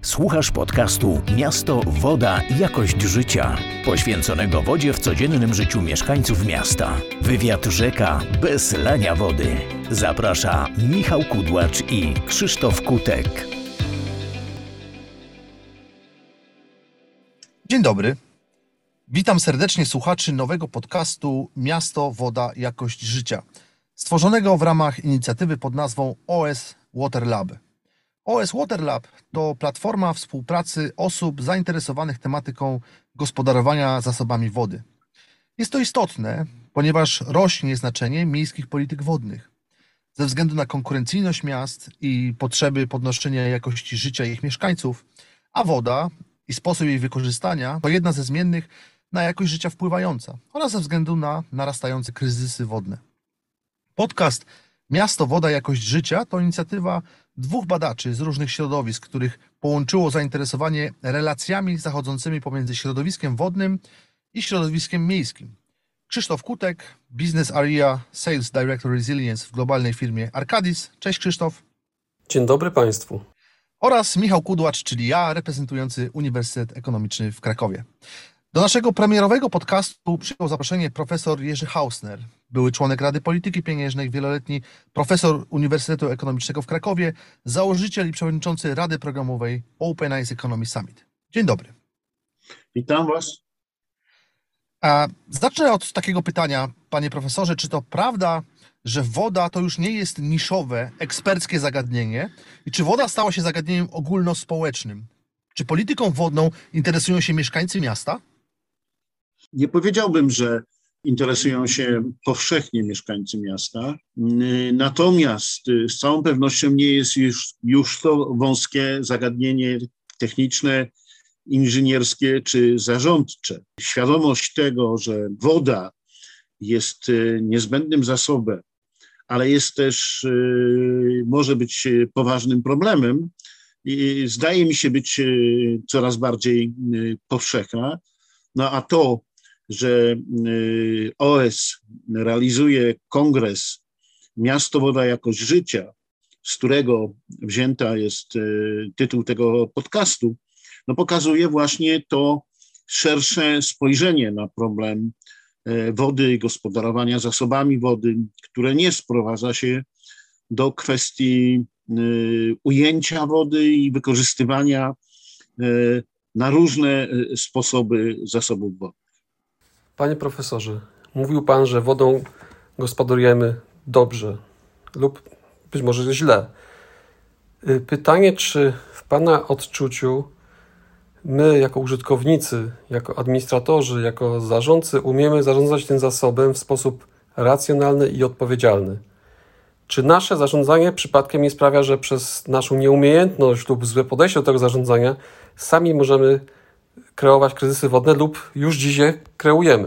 Słuchasz podcastu Miasto, Woda, Jakość Życia, poświęconego wodzie w codziennym życiu mieszkańców miasta. Wywiad rzeka bez lania wody. Zaprasza Michał Kudłacz i Krzysztof Kutek. Dzień dobry. Witam serdecznie słuchaczy nowego podcastu Miasto, Woda, Jakość Życia, stworzonego w ramach inicjatywy pod nazwą OS Water Lab. OS Water Lab to platforma współpracy osób zainteresowanych tematyką gospodarowania zasobami wody. Jest to istotne, ponieważ rośnie znaczenie miejskich polityk wodnych. Ze względu na konkurencyjność miast i potrzeby podnoszenia jakości życia ich mieszkańców, a woda i sposób jej wykorzystania to jedna ze zmiennych na jakość życia wpływająca oraz ze względu na narastające kryzysy wodne. Podcast Miasto, Woda, Jakość Życia to inicjatywa dwóch badaczy z różnych środowisk, których połączyło zainteresowanie relacjami zachodzącymi pomiędzy środowiskiem wodnym i środowiskiem miejskim. Krzysztof Kutek, Business Area Sales Director Resilience w globalnej firmie Arcadis. Cześć Krzysztof. Dzień dobry Państwu. Oraz Michał Kudłacz, czyli ja, reprezentujący Uniwersytet Ekonomiczny w Krakowie. Do naszego premierowego podcastu przyjął zaproszenie profesor Jerzy Hausner, były członek Rady Polityki Pieniężnej, wieloletni profesor Uniwersytetu Ekonomicznego w Krakowie, założyciel i przewodniczący Rady Programowej Open Eyes Economy Summit. Dzień dobry. Witam Was. Zacznę od takiego pytania, panie profesorze, czy to prawda, że woda to już nie jest niszowe, eksperckie zagadnienie i czy woda stała się zagadnieniem ogólnospołecznym? Czy polityką wodną interesują się mieszkańcy miasta? Nie powiedziałbym, że interesują się powszechnie mieszkańcy miasta, natomiast z całą pewnością nie jest już to wąskie zagadnienie techniczne, inżynierskie czy zarządcze. Świadomość tego, że woda jest niezbędnym zasobem, ale jest też, może być poważnym problemem, zdaje mi się być coraz bardziej powszechna. No a to, że OS realizuje kongres Miasto, Woda, Jakość Życia, z którego wzięta jest tytuł tego podcastu, no pokazuje właśnie to szersze spojrzenie na problem wody, gospodarowania zasobami wody, które nie sprowadza się do kwestii ujęcia wody i wykorzystywania na różne sposoby zasobów wodnych. Panie profesorze, mówił Pan, że wodą gospodarujemy dobrze lub być może źle. Pytanie, czy w Pana odczuciu my jako użytkownicy, jako administratorzy, jako zarządcy umiemy zarządzać tym zasobem w sposób racjonalny i odpowiedzialny? Czy nasze zarządzanie przypadkiem nie sprawia, że przez naszą nieumiejętność lub złe podejście do tego zarządzania sami możemy kreować kryzysy wodne lub już dziś je kreujemy?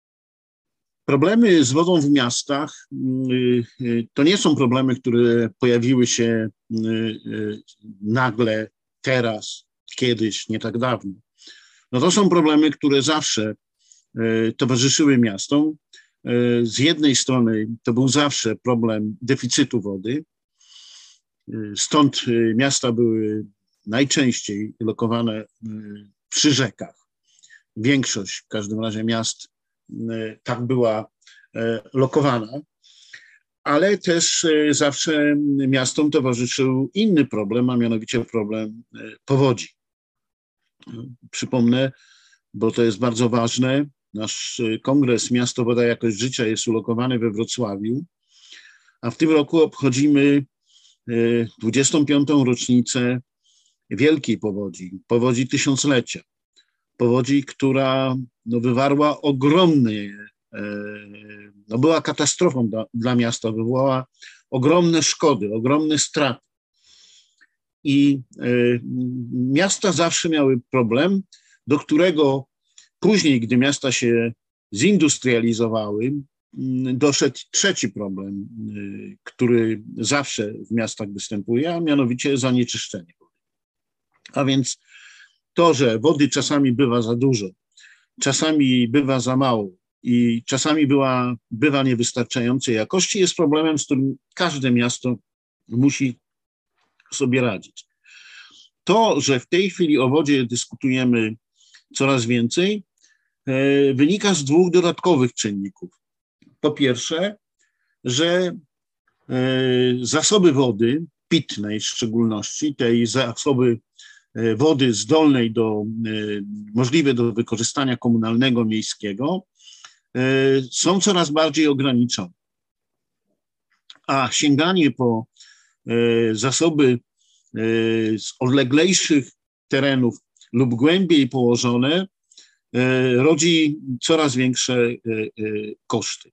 Problemy z wodą w miastach to nie są problemy, które pojawiły się nagle, teraz, kiedyś, nie tak dawno. No to są problemy, które zawsze towarzyszyły miastom. Z jednej strony to był zawsze problem deficytu wody, stąd miasta były najczęściej lokowane przy rzekach. Większość w każdym razie miast tak była lokowana, ale też zawsze miastom towarzyszył inny problem, a mianowicie problem powodzi. Przypomnę, bo to jest bardzo ważne, nasz kongres Miasto, Woda, Jakość Życia jest ulokowany we Wrocławiu, a w tym roku obchodzimy 25. rocznicę wielkiej powodzi tysiąclecia. Powodzi, która wywarła była katastrofą dla miasta, wywołała ogromne szkody, ogromne straty. I miasta zawsze miały problem, do którego później, gdy miasta się zindustrializowały, doszedł trzeci problem, który zawsze w miastach występuje, a mianowicie zanieczyszczenie wody. A więc to, że wody czasami bywa za dużo, czasami bywa za mało i czasami bywa niewystarczającej jakości, jest problemem, z którym każde miasto musi sobie radzić. To, że w tej chwili o wodzie dyskutujemy coraz więcej, wynika z dwóch dodatkowych czynników. Po pierwsze, że zasoby wody, pitnej w szczególności, tej zasoby wody zdolnej możliwe do wykorzystania komunalnego, miejskiego, są coraz bardziej ograniczone. A sięganie po zasoby z odleglejszych terenów lub głębiej położone rodzi coraz większe koszty.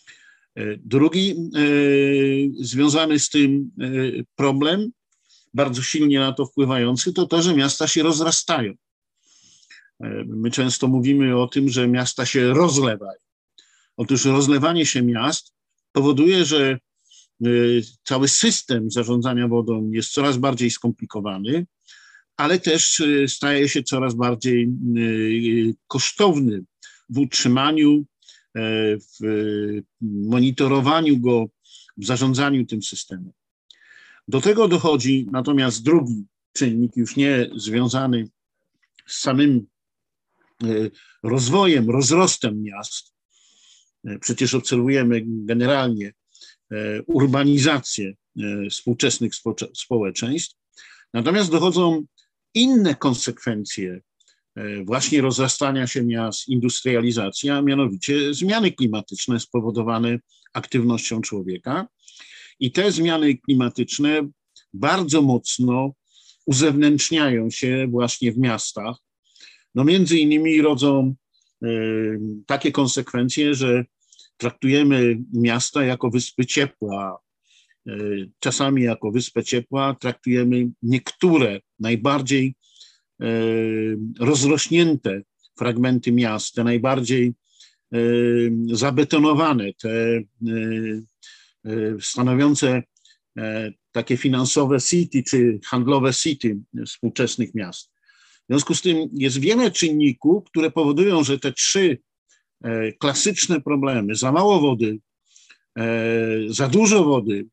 Drugi związany z tym problem, bardzo silnie na to wpływający, to to, że miasta się rozrastają. My często mówimy o tym, że miasta się rozlewają. Otóż rozlewanie się miast powoduje, że cały system zarządzania wodą jest coraz bardziej skomplikowany, ale też staje się coraz bardziej kosztowny w utrzymaniu, w monitorowaniu go, w zarządzaniu tym systemem. Do tego dochodzi natomiast drugi czynnik, już nie związany z samym rozwojem, rozrostem miast. Przecież obserwujemy generalnie urbanizację współczesnych społeczeństw. Natomiast dochodzą inne konsekwencje właśnie rozrastania się miast, industrializacji, a mianowicie zmiany klimatyczne spowodowane aktywnością człowieka. I te zmiany klimatyczne bardzo mocno uzewnętrzniają się właśnie w miastach. No między innymi rodzą takie konsekwencje, że traktujemy miasta jako wyspy ciepła. Czasami jako wyspę ciepła traktujemy niektóre najbardziej rozrośnięte fragmenty miast, te najbardziej zabetonowane, te stanowiące takie finansowe city czy handlowe city współczesnych miast. W związku z tym jest wiele czynników, które powodują, że te trzy klasyczne problemy, za mało wody, za dużo wody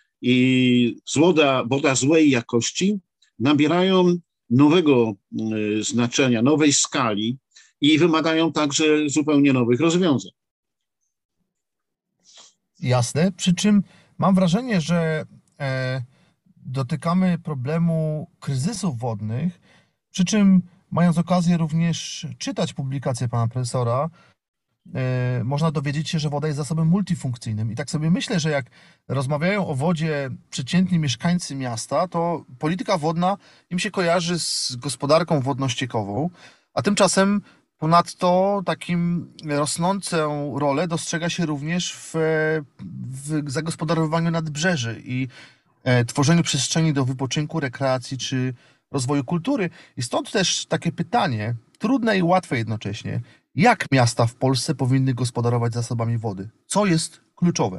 i woda złej jakości, nabierają nowego znaczenia, nowej skali i wymagają także zupełnie nowych rozwiązań. Jasne, przy czym mam wrażenie, że dotykamy problemu kryzysów wodnych, przy czym mając okazję również czytać publikacje pana profesora, można dowiedzieć się, że woda jest zasobem multifunkcyjnym. I tak sobie myślę, że jak rozmawiają o wodzie przeciętni mieszkańcy miasta, to polityka wodna im się kojarzy z gospodarką wodno-ściekową, a tymczasem ponadto takim rosnącą rolę dostrzega się również w zagospodarowaniu nadbrzeży i tworzeniu przestrzeni do wypoczynku, rekreacji czy rozwoju kultury. I stąd też takie pytanie, trudne i łatwe jednocześnie. Jak miasta w Polsce powinny gospodarować zasobami wody? Co jest kluczowe?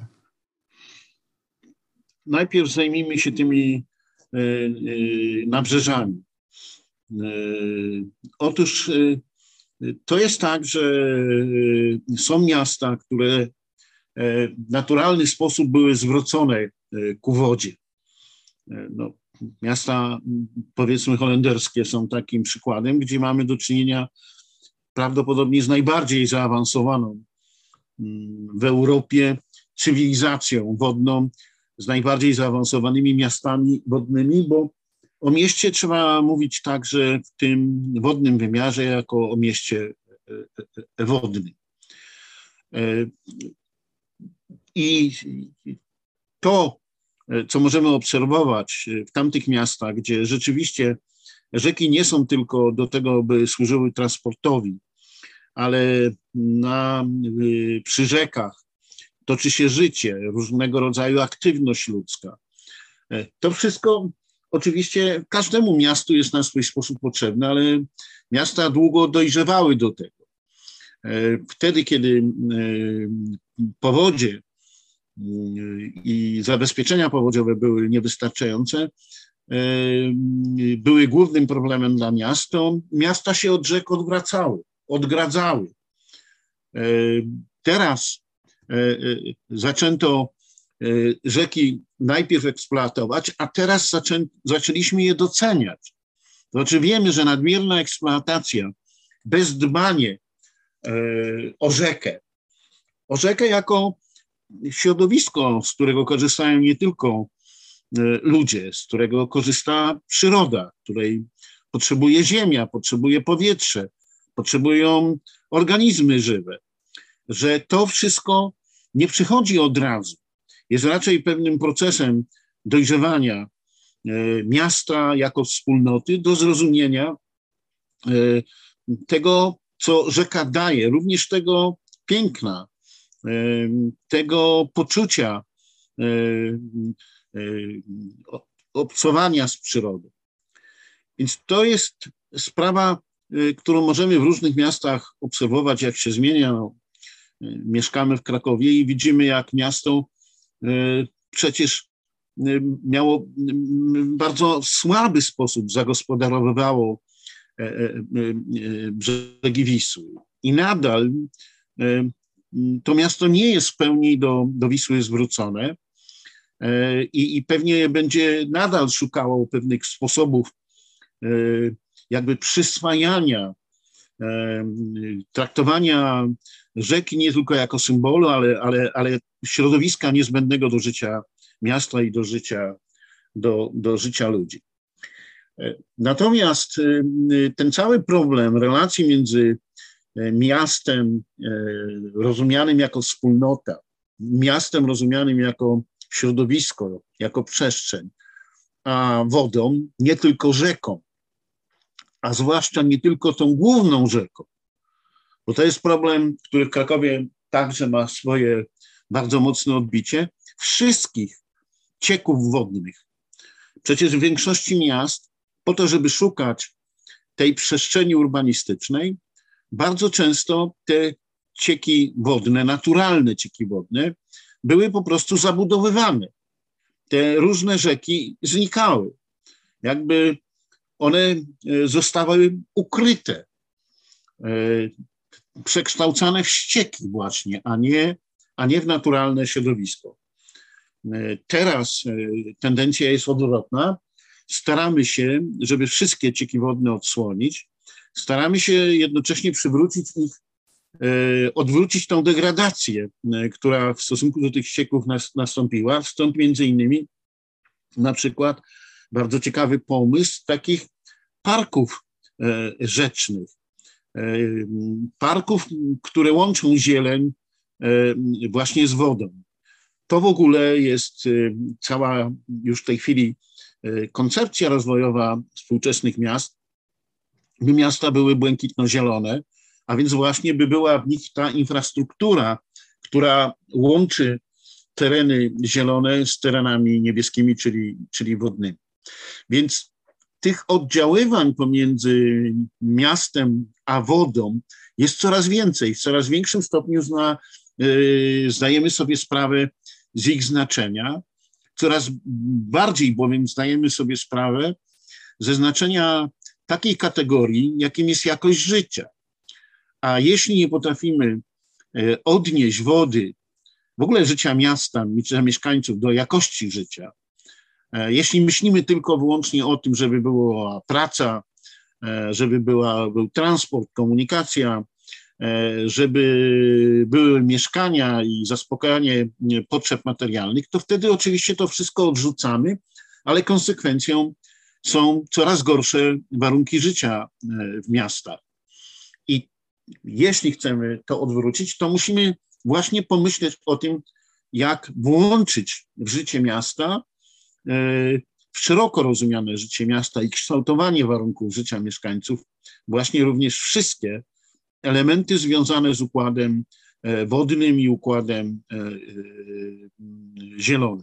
Najpierw zajmijmy się tymi nabrzeżami. Otóż to jest tak, że są miasta, które w naturalny sposób były zwrócone ku wodzie. No, miasta, powiedzmy, holenderskie są takim przykładem, gdzie mamy do czynienia prawdopodobnie z najbardziej zaawansowaną w Europie cywilizacją wodną, z najbardziej zaawansowanymi miastami wodnymi, bo o mieście trzeba mówić także w tym wodnym wymiarze jako o mieście wodnym. I to, co możemy obserwować w tamtych miastach, gdzie rzeczywiście rzeki nie są tylko do tego, by służyły transportowi, ale przy rzekach toczy się życie, różnego rodzaju aktywność ludzka. To wszystko oczywiście każdemu miastu jest na swój sposób potrzebne, ale miasta długo dojrzewały do tego. Wtedy, kiedy powodzie i zabezpieczenia powodziowe były niewystarczające, były głównym problemem dla miast, to miasta się od rzek odgradzały. Teraz zaczęto rzeki najpierw eksploatować, a teraz zaczęliśmy je doceniać. To znaczy wiemy, że nadmierna eksploatacja, bezdbanie o rzekę jako środowisko, z którego korzystają nie tylko ludzie, z którego korzysta przyroda, której potrzebuje ziemia, potrzebuje powietrze, potrzebują organizmy żywe, że to wszystko nie przychodzi od razu. Jest raczej pewnym procesem dojrzewania miasta jako wspólnoty do zrozumienia tego, co rzeka daje, również tego piękna, tego poczucia obcowania z przyrodą. Więc to jest sprawa, którą możemy w różnych miastach obserwować, jak się zmienia. No, mieszkamy w Krakowie i widzimy, jak miasto przecież miało bardzo słaby sposób zagospodarowywało brzegi Wisły. I nadal to miasto nie jest w pełni do Wisły zwrócone i pewnie będzie nadal szukało pewnych sposobów jakby przyswajania, traktowania rzeki nie tylko jako symbolu, ale środowiska niezbędnego do życia miasta i do życia ludzi. Natomiast ten cały problem relacji między miastem rozumianym jako wspólnota, miastem rozumianym jako środowisko, jako przestrzeń, a wodą, nie tylko rzeką, a zwłaszcza nie tylko tą główną rzeką, bo to jest problem, który w Krakowie także ma swoje bardzo mocne odbicie, wszystkich cieków wodnych. Przecież w większości miast, po to, żeby szukać tej przestrzeni urbanistycznej, bardzo często te cieki wodne, naturalne cieki wodne, były po prostu zabudowywane. Te różne rzeki znikały. Jakby one zostały ukryte, przekształcane w ścieki właśnie, a nie w naturalne środowisko. Teraz tendencja jest odwrotna. Staramy się, żeby wszystkie cieki wodne odsłonić. Staramy się jednocześnie przywrócić ich, odwrócić tą degradację, która w stosunku do tych ścieków nastąpiła. Stąd między innymi na przykład bardzo ciekawy pomysł takich parków rzecznych. Parków, które łączą zieleń właśnie z wodą. To w ogóle jest cała już w tej chwili koncepcja rozwojowa współczesnych miast, by miasta były błękitno-zielone, a więc właśnie by była w nich ta infrastruktura, która łączy tereny zielone z terenami niebieskimi, czyli wodnymi. Więc tych oddziaływań pomiędzy miastem a wodą jest coraz więcej. W coraz większym stopniu zdajemy sobie sprawę z ich znaczenia. Coraz bardziej bowiem zdajemy sobie sprawę ze znaczenia takiej kategorii, jakim jest jakość życia. A jeśli nie potrafimy odnieść wody, w ogóle życia miasta, życia mieszkańców do jakości życia, jeśli myślimy tylko wyłącznie o tym, żeby była praca, żeby był transport, komunikacja, żeby były mieszkania i zaspokajanie potrzeb materialnych, to wtedy oczywiście to wszystko odrzucamy, ale konsekwencją są coraz gorsze warunki życia w miastach. I jeśli chcemy to odwrócić, to musimy właśnie pomyśleć o tym, jak włączyć w życie miasta, w szeroko rozumiane życie miasta i kształtowanie warunków życia mieszkańców, właśnie również wszystkie elementy związane z układem wodnym i układem zielonym.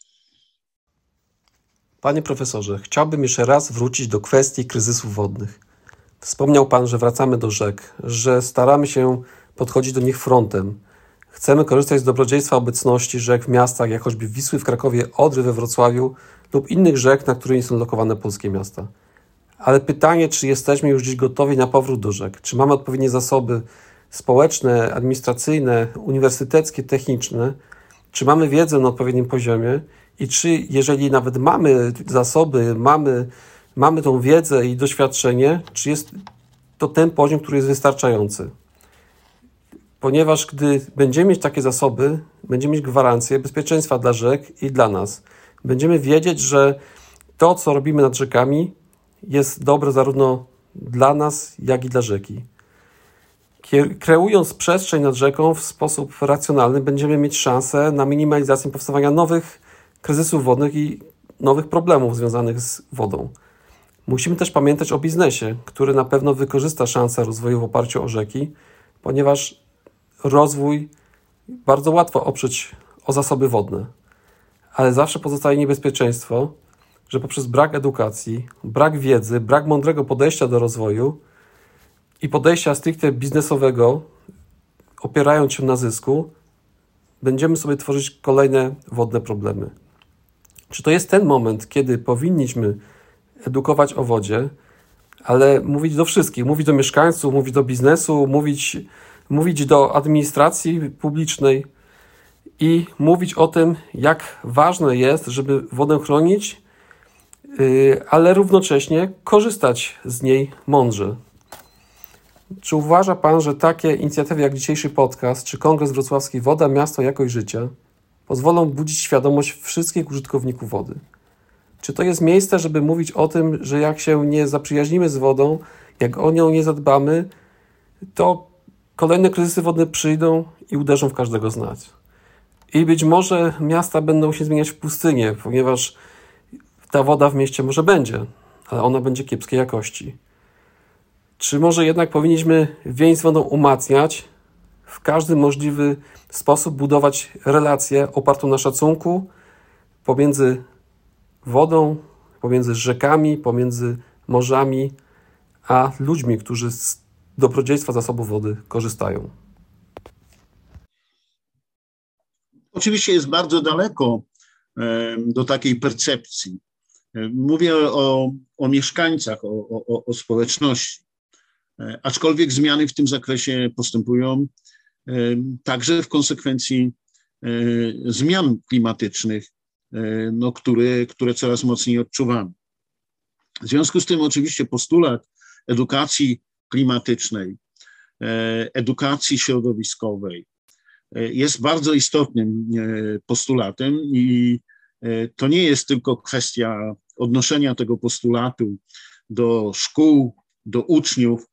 Panie profesorze, chciałbym jeszcze raz wrócić do kwestii kryzysów wodnych. Wspomniał Pan, że wracamy do rzek, że staramy się podchodzić do nich frontem. Chcemy korzystać z dobrodziejstwa obecności rzek w miastach, jak choćby Wisły w Krakowie, Odry we Wrocławiu lub innych rzek, na którymi są lokowane polskie miasta. Ale pytanie, czy jesteśmy już dziś gotowi na powrót do rzek? Czy mamy odpowiednie zasoby społeczne, administracyjne, uniwersyteckie, techniczne? Czy mamy wiedzę na odpowiednim poziomie? I czy, jeżeli nawet mamy zasoby, mamy mamy tą wiedzę i doświadczenie, czy jest to ten poziom, który jest wystarczający. Ponieważ gdy będziemy mieć takie zasoby, będziemy mieć gwarancję bezpieczeństwa dla rzek i dla nas. Będziemy wiedzieć, że to, co robimy nad rzekami, jest dobre zarówno dla nas, jak i dla rzeki. Kreując przestrzeń nad rzeką w sposób racjonalny, będziemy mieć szansę na minimalizację powstawania nowych kryzysów wodnych i nowych problemów związanych z wodą. Musimy też pamiętać o biznesie, który na pewno wykorzysta szansę rozwoju w oparciu o rzeki, ponieważ rozwój bardzo łatwo oprzeć o zasoby wodne, ale zawsze pozostaje niebezpieczeństwo, że poprzez brak edukacji, brak wiedzy, brak mądrego podejścia do rozwoju i podejścia stricte biznesowego, opierając się na zysku, będziemy sobie tworzyć kolejne wodne problemy. Czy to jest ten moment, kiedy powinniśmy edukować o wodzie, ale mówić do wszystkich, mówić do mieszkańców, mówić do biznesu, mówić do administracji publicznej i mówić o tym, jak ważne jest, żeby wodę chronić, ale równocześnie korzystać z niej mądrze. Czy uważa Pan, że takie inicjatywy jak dzisiejszy podcast, czy Kongres Wrocławski Woda, Miasto, Jakość Życia pozwolą budzić świadomość wszystkich użytkowników wody? Czy to jest miejsce, żeby mówić o tym, że jak się nie zaprzyjaźnimy z wodą, jak o nią nie zadbamy, to kolejne kryzysy wodne przyjdą i uderzą w każdego z nas. I być może miasta będą się zmieniać w pustynię, ponieważ ta woda w mieście może będzie, ale ona będzie kiepskiej jakości. Czy może jednak powinniśmy więź z wodą umacniać, w każdy możliwy sposób budować relację opartą na szacunku pomiędzy wodą, pomiędzy rzekami, pomiędzy morzami, a ludźmi, którzy z dobrodziejstwa zasobów wody korzystają? Oczywiście jest bardzo daleko do takiej percepcji. Mówię o mieszkańcach, o społeczności. Aczkolwiek zmiany w tym zakresie postępują także w konsekwencji zmian klimatycznych, które coraz mocniej odczuwamy. W związku z tym oczywiście postulat edukacji klimatycznej, edukacji środowiskowej jest bardzo istotnym postulatem i to nie jest tylko kwestia odnoszenia tego postulatu do szkół, do uczniów,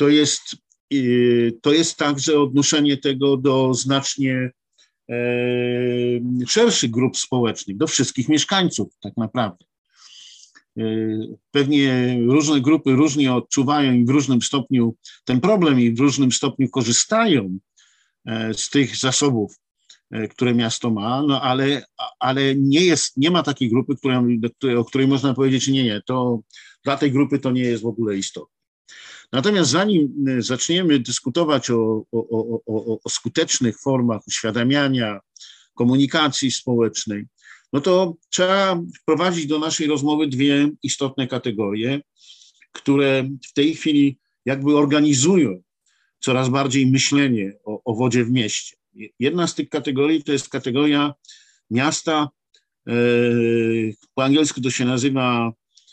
to jest także odnoszenie tego do znacznie szerszych grup społecznych, do wszystkich mieszkańców tak naprawdę. Pewnie różne grupy różnie odczuwają i w różnym stopniu ten problem i w różnym stopniu korzystają z tych zasobów, które miasto ma, no ale nie ma takiej grupy, o której można powiedzieć, nie, to dla tej grupy to nie jest w ogóle istotne. Natomiast zanim zaczniemy dyskutować o skutecznych formach uświadamiania, komunikacji społecznej, no to trzeba wprowadzić do naszej rozmowy dwie istotne kategorie, które w tej chwili jakby organizują coraz bardziej myślenie o wodzie w mieście. Jedna z tych kategorii to jest kategoria miasta, po angielsku to się nazywa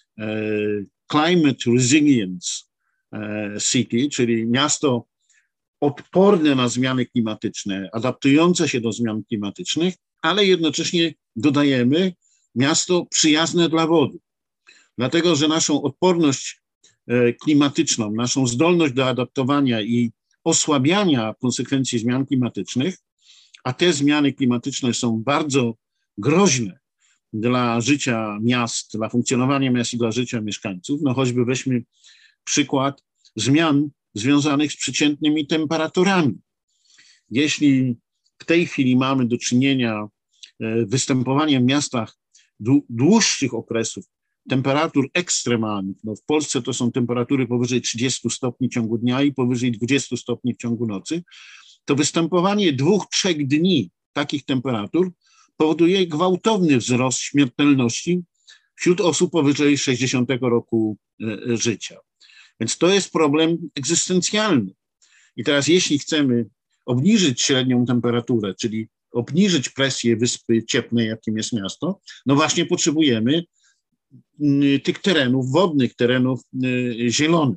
Climate Resilience City, czyli miasto odporne na zmiany klimatyczne, adaptujące się do zmian klimatycznych, ale jednocześnie dodajemy miasto przyjazne dla wody. Dlatego, że naszą odporność klimatyczną, naszą zdolność do adaptowania i osłabiania konsekwencji zmian klimatycznych, a te zmiany klimatyczne są bardzo groźne dla życia miast, dla funkcjonowania miast i dla życia mieszkańców. No choćby weźmy przykład zmian związanych z przeciętnymi temperaturami. Jeśli w tej chwili mamy do czynienia występowaniem w miastach dłuższych okresów temperatur ekstremalnych, no w Polsce to są temperatury powyżej 30 stopni w ciągu dnia i powyżej 20 stopni w ciągu nocy, to występowanie 2-3 dni takich temperatur powoduje gwałtowny wzrost śmiertelności wśród osób powyżej 60 roku życia. Więc to jest problem egzystencjalny. I teraz jeśli chcemy obniżyć średnią temperaturę, czyli obniżyć presję wyspy cieplnej, jakim jest miasto, no właśnie potrzebujemy tych terenów, wodnych terenów zielonych.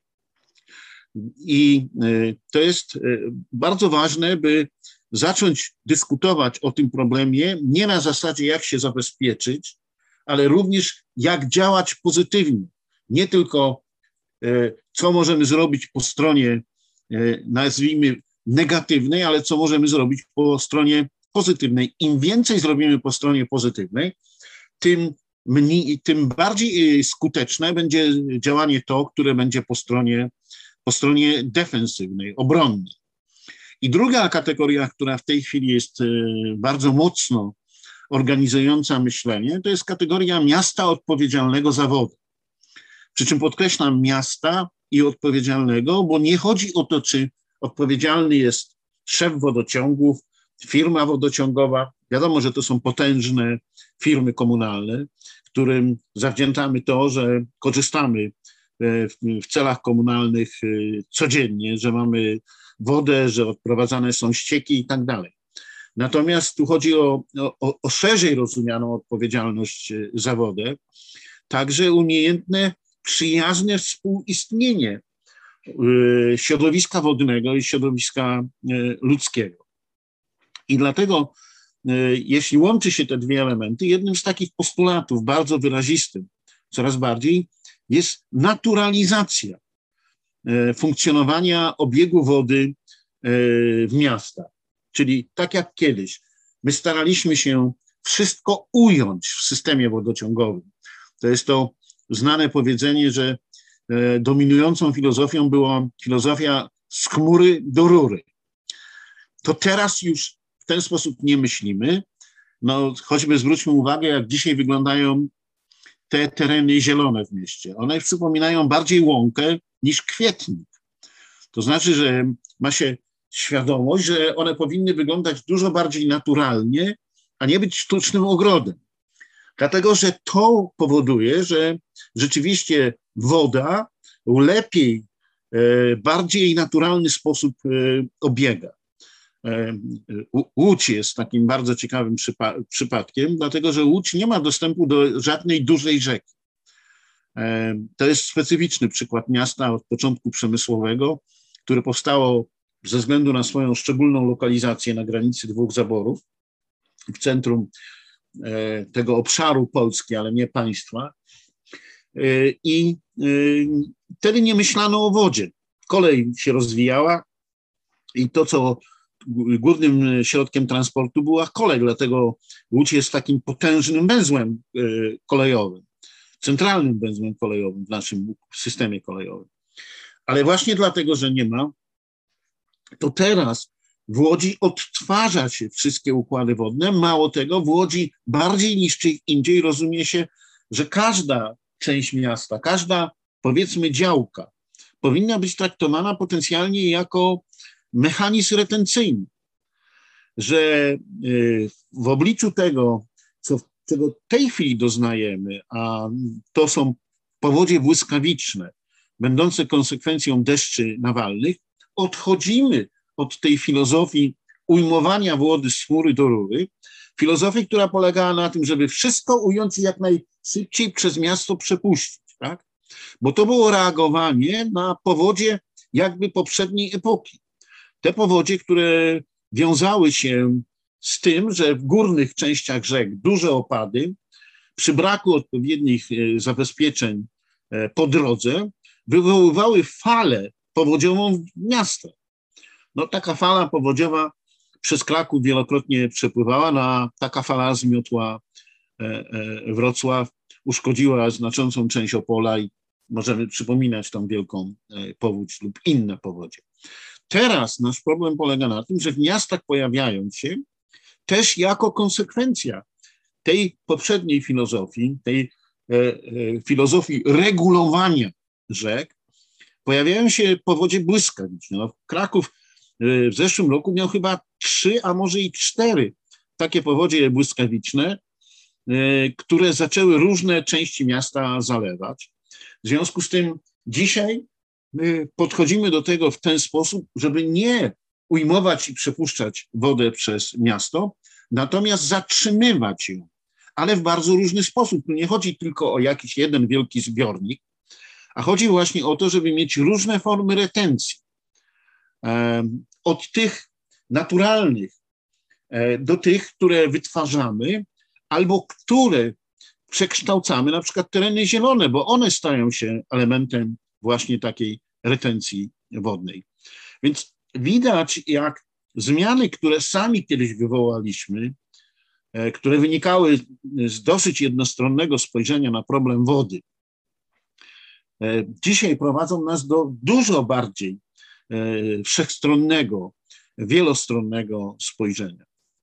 I to jest bardzo ważne, by zacząć dyskutować o tym problemie nie na zasadzie, jak się zabezpieczyć, ale również jak działać pozytywnie. Nie tylko co możemy zrobić po stronie, nazwijmy, negatywnej, ale co możemy zrobić po stronie pozytywnej. Im więcej zrobimy po stronie pozytywnej, tym bardziej skuteczne będzie działanie to, które będzie po stronie defensywnej, obronnej. I druga kategoria, która w tej chwili jest bardzo mocno organizująca myślenie, to jest kategoria miasta odpowiedzialnego za wodę. Przy czym podkreślam miasta i odpowiedzialnego, bo nie chodzi o to, czy odpowiedzialny jest szef wodociągów, firma wodociągowa. Wiadomo, że to są potężne firmy komunalne, którym zawdzięczamy to, że korzystamy w celach komunalnych codziennie, że mamy wodę, że odprowadzane są ścieki i tak dalej. Natomiast tu chodzi o szerzej rozumianą odpowiedzialność za wodę, także umiejętne, przyjazne współistnienie środowiska wodnego i środowiska ludzkiego. I dlatego, jeśli łączy się te dwie elementy, jednym z takich postulatów bardzo wyrazistym, coraz bardziej, jest naturalizacja funkcjonowania obiegu wody w miastach. Czyli tak jak kiedyś, my staraliśmy się wszystko ująć w systemie wodociągowym. To jest to znane powiedzenie, że dominującą filozofią była filozofia z chmury do rury. To teraz już w ten sposób nie myślimy. No, choćby zwróćmy uwagę, jak dzisiaj wyglądają te tereny zielone w mieście. One przypominają bardziej łąkę niż kwietnik. To znaczy, że ma się świadomość, że one powinny wyglądać dużo bardziej naturalnie, a nie być sztucznym ogrodem. Dlatego, że to powoduje, że rzeczywiście woda w lepiej, bardziej naturalny sposób obiega. Łódź jest takim bardzo ciekawym przypadkiem, dlatego że Łódź nie ma dostępu do żadnej dużej rzeki. To jest specyficzny przykład miasta od początku przemysłowego, które powstało ze względu na swoją szczególną lokalizację na granicy dwóch zaborów, w centrum tego obszaru Polski, ale nie państwa. I wtedy nie myślano o wodzie. Kolej się rozwijała i to, co głównym środkiem transportu była kolej, dlatego Łódź jest takim potężnym węzłem kolejowym, centralnym węzłem kolejowym w naszym systemie kolejowym. Ale właśnie dlatego, że nie ma, to teraz w Łodzi odtwarza się wszystkie układy wodne. Mało tego, w Łodzi bardziej niż gdzie indziej rozumie się, że każda część miasta, każda, powiedzmy, działka powinna być traktowana potencjalnie jako mechanizm retencyjny, że w obliczu tego, czego w tej chwili doznajemy, a to są powodzie błyskawiczne, będące konsekwencją deszczy nawalnych, odchodzimy od tej filozofii ujmowania wody z chmury do rury, filozofii, która polegała na tym, żeby wszystko ująć i jak najszybciej przez miasto przepuścić, tak? Bo to było reagowanie na powodzie jakby poprzedniej epoki. Te powodzie, które wiązały się z tym, że w górnych częściach rzek duże opady, przy braku odpowiednich zabezpieczeń po drodze, wywoływały falę powodziową w miastach. No, taka fala powodziowa przez Kraków wielokrotnie przepływała, taka fala zmiotła Wrocław, uszkodziła znaczącą część Opola i możemy przypominać tą wielką powódź lub inne powodzie. Teraz nasz problem polega na tym, że w miastach pojawiają się też jako konsekwencja tej poprzedniej filozofii, tej filozofii regulowania rzek, pojawiają się powodzie błyskawiczne. No, Kraków w zeszłym roku miał chyba 3, a może i 4 takie powodzie błyskawiczne, które zaczęły różne części miasta zalewać. W związku z tym dzisiaj my podchodzimy do tego w ten sposób, żeby nie ujmować i przepuszczać wodę przez miasto, natomiast zatrzymywać ją, ale w bardzo różny sposób. Tu nie chodzi tylko o jakiś jeden wielki zbiornik, a chodzi właśnie o to, żeby mieć różne formy retencji. Od tych naturalnych do tych, które wytwarzamy albo które przekształcamy, na przykład tereny zielone, bo one stają się elementem właśnie takiej retencji wodnej. Więc widać, jak zmiany, które sami kiedyś wywołaliśmy, które wynikały z dosyć jednostronnego spojrzenia na problem wody, dzisiaj prowadzą nas do dużo bardziej wszechstronnego, wielostronnego spojrzenia.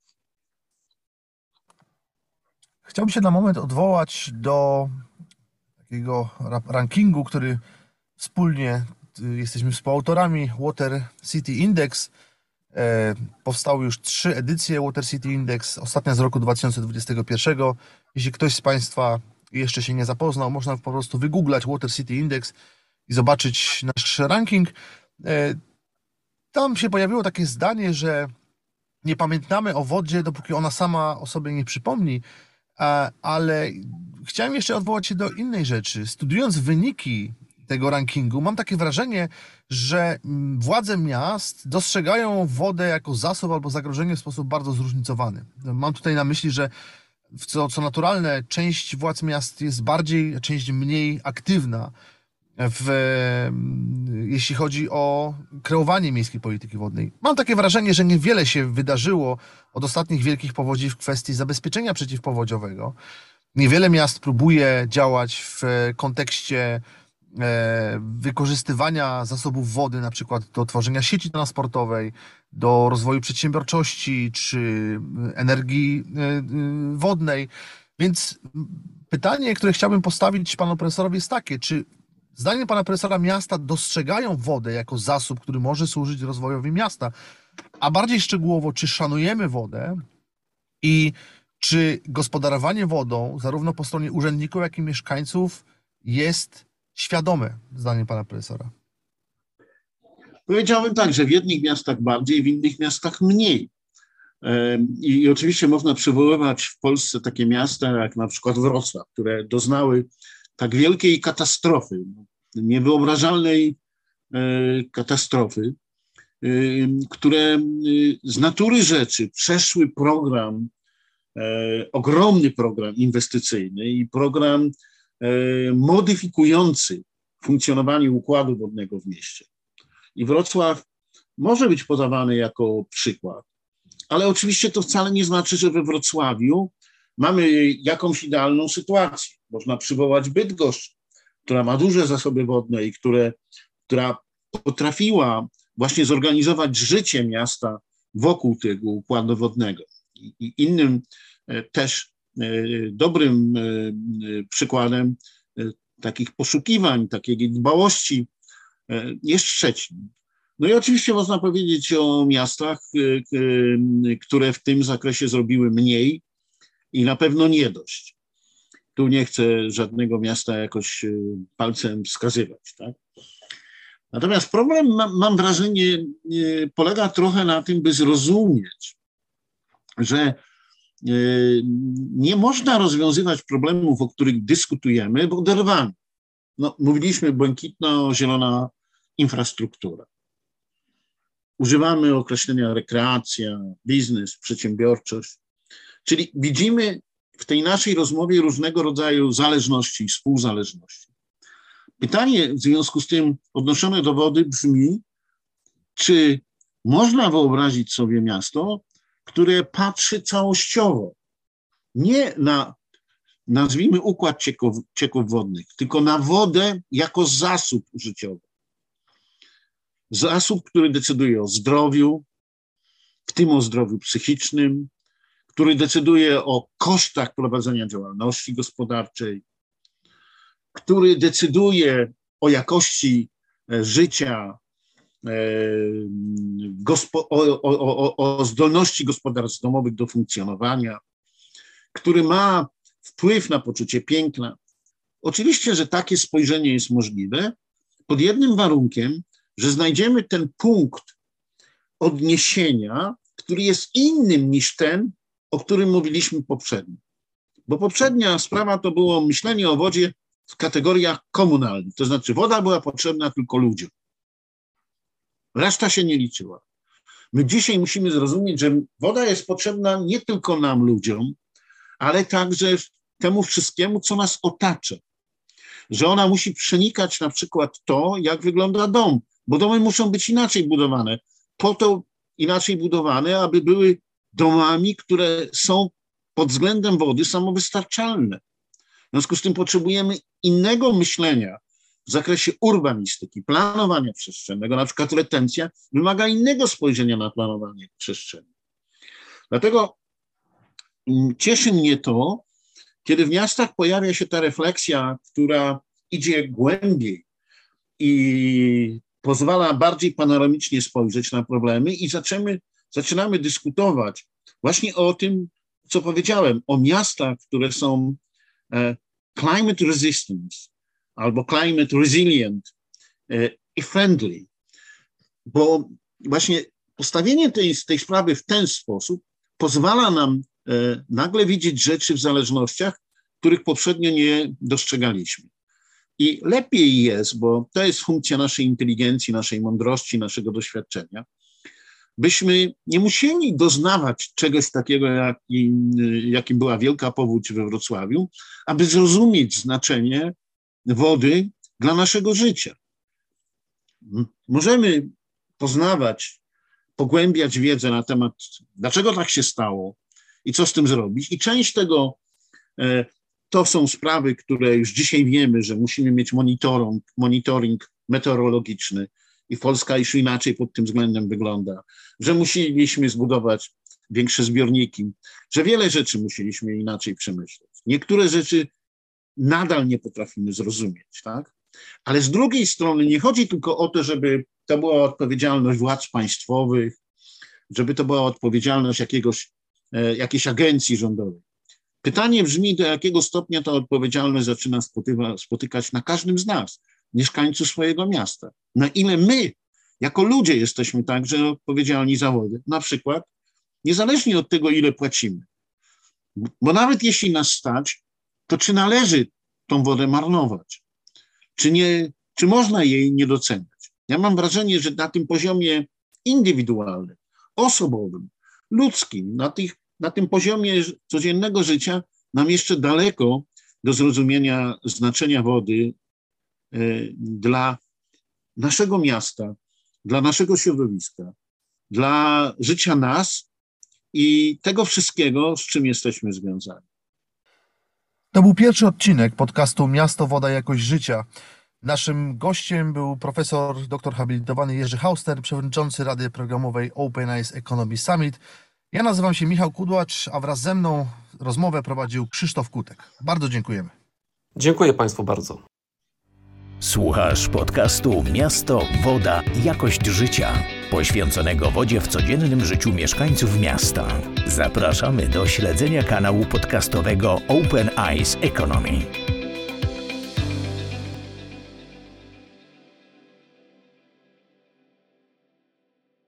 Chciałbym się na moment odwołać do takiego rankingu, który wspólnie jesteśmy współautorami, Water City Index. Powstały już 3 edycje Water City Index, ostatnia z roku 2021. Jeśli ktoś z Państwa jeszcze się nie zapoznał, można po prostu wygooglać Water City Index i zobaczyć nasz ranking. Tam się pojawiło takie zdanie, że nie pamiętamy o wodzie, dopóki ona sama o sobie nie przypomni, ale chciałem jeszcze odwołać się do innej rzeczy. Studiując wyniki tego rankingu, mam takie wrażenie, że władze miast dostrzegają wodę jako zasób albo zagrożenie w sposób bardzo zróżnicowany. Mam tutaj na myśli, że co naturalne, część władz miast jest bardziej, część mniej aktywna jeśli chodzi o kreowanie miejskiej polityki wodnej. Mam takie wrażenie, że niewiele się wydarzyło od ostatnich wielkich powodzi w kwestii zabezpieczenia przeciwpowodziowego. Niewiele miast próbuje działać w kontekście wykorzystywania zasobów wody, na przykład do tworzenia sieci transportowej, do rozwoju przedsiębiorczości czy energii wodnej. Więc pytanie, które chciałbym postawić panu profesorowi jest takie, czy zdaniem pana profesora miasta dostrzegają wodę jako zasób, który może służyć rozwojowi miasta, a bardziej szczegółowo, czy szanujemy wodę i czy gospodarowanie wodą, zarówno po stronie urzędników, jak i mieszkańców, jest świadome, zdaniem pana profesora? Powiedziałbym tak, że w jednych miastach bardziej, w innych miastach mniej. I oczywiście można przywoływać w Polsce takie miasta jak na przykład Wrocław, które doznały tak wielkiej katastrofy, niewyobrażalnej katastrofy, które z natury rzeczy przeszły program, ogromny program inwestycyjny i program modyfikujący funkcjonowanie układu wodnego w mieście. I Wrocław może być podawany jako przykład, ale oczywiście to wcale nie znaczy, że we Wrocławiu mamy jakąś idealną sytuację. Można przywołać Bydgoszcz, która ma duże zasoby wodne i która potrafiła właśnie zorganizować życie miasta wokół tego układu wodnego. I innym też dobrym przykładem takich poszukiwań, takiej dbałości jest Szczecin. No i oczywiście można powiedzieć o miastach, które w tym zakresie zrobiły mniej i na pewno nie dość. Tu nie chcę żadnego miasta jakoś palcem wskazywać, tak? Natomiast problem, mam wrażenie, polega trochę na tym, by zrozumieć, że nie można rozwiązywać problemów, o których dyskutujemy, w oderwaniu. No, mówiliśmy błękitno-zielona infrastruktura. Używamy określenia rekreacja, biznes, przedsiębiorczość, czyli widzimy w tej naszej rozmowie różnego rodzaju zależności i współzależności. Pytanie w związku z tym odnoszone do wody brzmi, czy można wyobrazić sobie miasto, które patrzy całościowo, nie na, nazwijmy, układ cieków wodnych, tylko na wodę jako zasób życiowy. Zasób, który decyduje o zdrowiu, w tym o zdrowiu psychicznym, który decyduje o kosztach prowadzenia działalności gospodarczej, który decyduje o jakości życia, o zdolności gospodarstw domowych do funkcjonowania, który ma wpływ na poczucie piękna. Oczywiście, że takie spojrzenie jest możliwe pod jednym warunkiem, że znajdziemy ten punkt odniesienia, który jest innym niż ten, o którym mówiliśmy poprzednio. Bo poprzednia sprawa to było myślenie o wodzie w kategoriach komunalnych, to znaczy woda była potrzebna tylko ludziom. Reszta się nie liczyła. My dzisiaj musimy zrozumieć, że woda jest potrzebna nie tylko nam, ludziom, ale także temu wszystkiemu, co nas otacza. Że ona musi przenikać na przykład to, jak wygląda dom, bo domy muszą być inaczej budowane. Po to inaczej budowane, aby były domami, które są pod względem wody samowystarczalne. W związku z tym potrzebujemy innego myślenia w zakresie urbanistyki, planowania przestrzennego. Na przykład retencja wymaga innego spojrzenia na planowanie przestrzeni. Dlatego cieszy mnie to, kiedy w miastach pojawia się ta refleksja, która idzie głębiej i pozwala bardziej panoramicznie spojrzeć na problemy i zaczynamy dyskutować właśnie o tym, co powiedziałem, o miastach, które są climate resistant albo climate resilient i friendly. Bo właśnie postawienie tej sprawy w ten sposób pozwala nam nagle widzieć rzeczy w zależnościach, których poprzednio nie dostrzegaliśmy. I lepiej jest, bo to jest funkcja naszej inteligencji, naszej mądrości, naszego doświadczenia, byśmy nie musieli doznawać czegoś takiego, jakim była wielka powódź we Wrocławiu, aby zrozumieć znaczenie wody dla naszego życia. Możemy poznawać, pogłębiać wiedzę na temat, dlaczego tak się stało i co z tym zrobić. I część tego to są sprawy, które już dzisiaj wiemy, że musimy mieć monitoring meteorologiczny i Polska już inaczej pod tym względem wygląda, że musieliśmy zbudować większe zbiorniki, że wiele rzeczy musieliśmy inaczej przemyśleć. Niektóre rzeczy nadal nie potrafimy zrozumieć, tak? Ale z drugiej strony nie chodzi tylko o to, żeby to była odpowiedzialność władz państwowych, żeby to była odpowiedzialność jakiejś agencji rządowej. Pytanie brzmi, do jakiego stopnia ta odpowiedzialność zaczyna spotykać na każdym z nas, mieszkańców swojego miasta. Na ile my, jako ludzie, jesteśmy także odpowiedzialni za wodę. Na przykład, niezależnie od tego, ile płacimy. Bo nawet jeśli nas stać, to czy należy tą wodę marnować? Czy można jej nie doceniać? Ja mam wrażenie, że na tym poziomie indywidualnym, osobowym, ludzkim, na tym poziomie codziennego życia nam jeszcze daleko do zrozumienia znaczenia wody dla naszego miasta, dla naszego środowiska, dla życia nas i tego wszystkiego, z czym jesteśmy związani. To był pierwszy odcinek podcastu Miasto, Woda, Jakość Życia. Naszym gościem był profesor dr habilitowany Jerzy Hauster, przewodniczący Rady Programowej Open Eyes Economy Summit. Ja nazywam się Michał Kudłacz, a wraz ze mną rozmowę prowadził Krzysztof Kutek. Bardzo dziękujemy. Dziękuję Państwu bardzo. Słuchasz podcastu Miasto, Woda, Jakość Życia, poświęconego wodzie w codziennym życiu mieszkańców miasta. Zapraszamy do śledzenia kanału podcastowego Open Eyes Economy.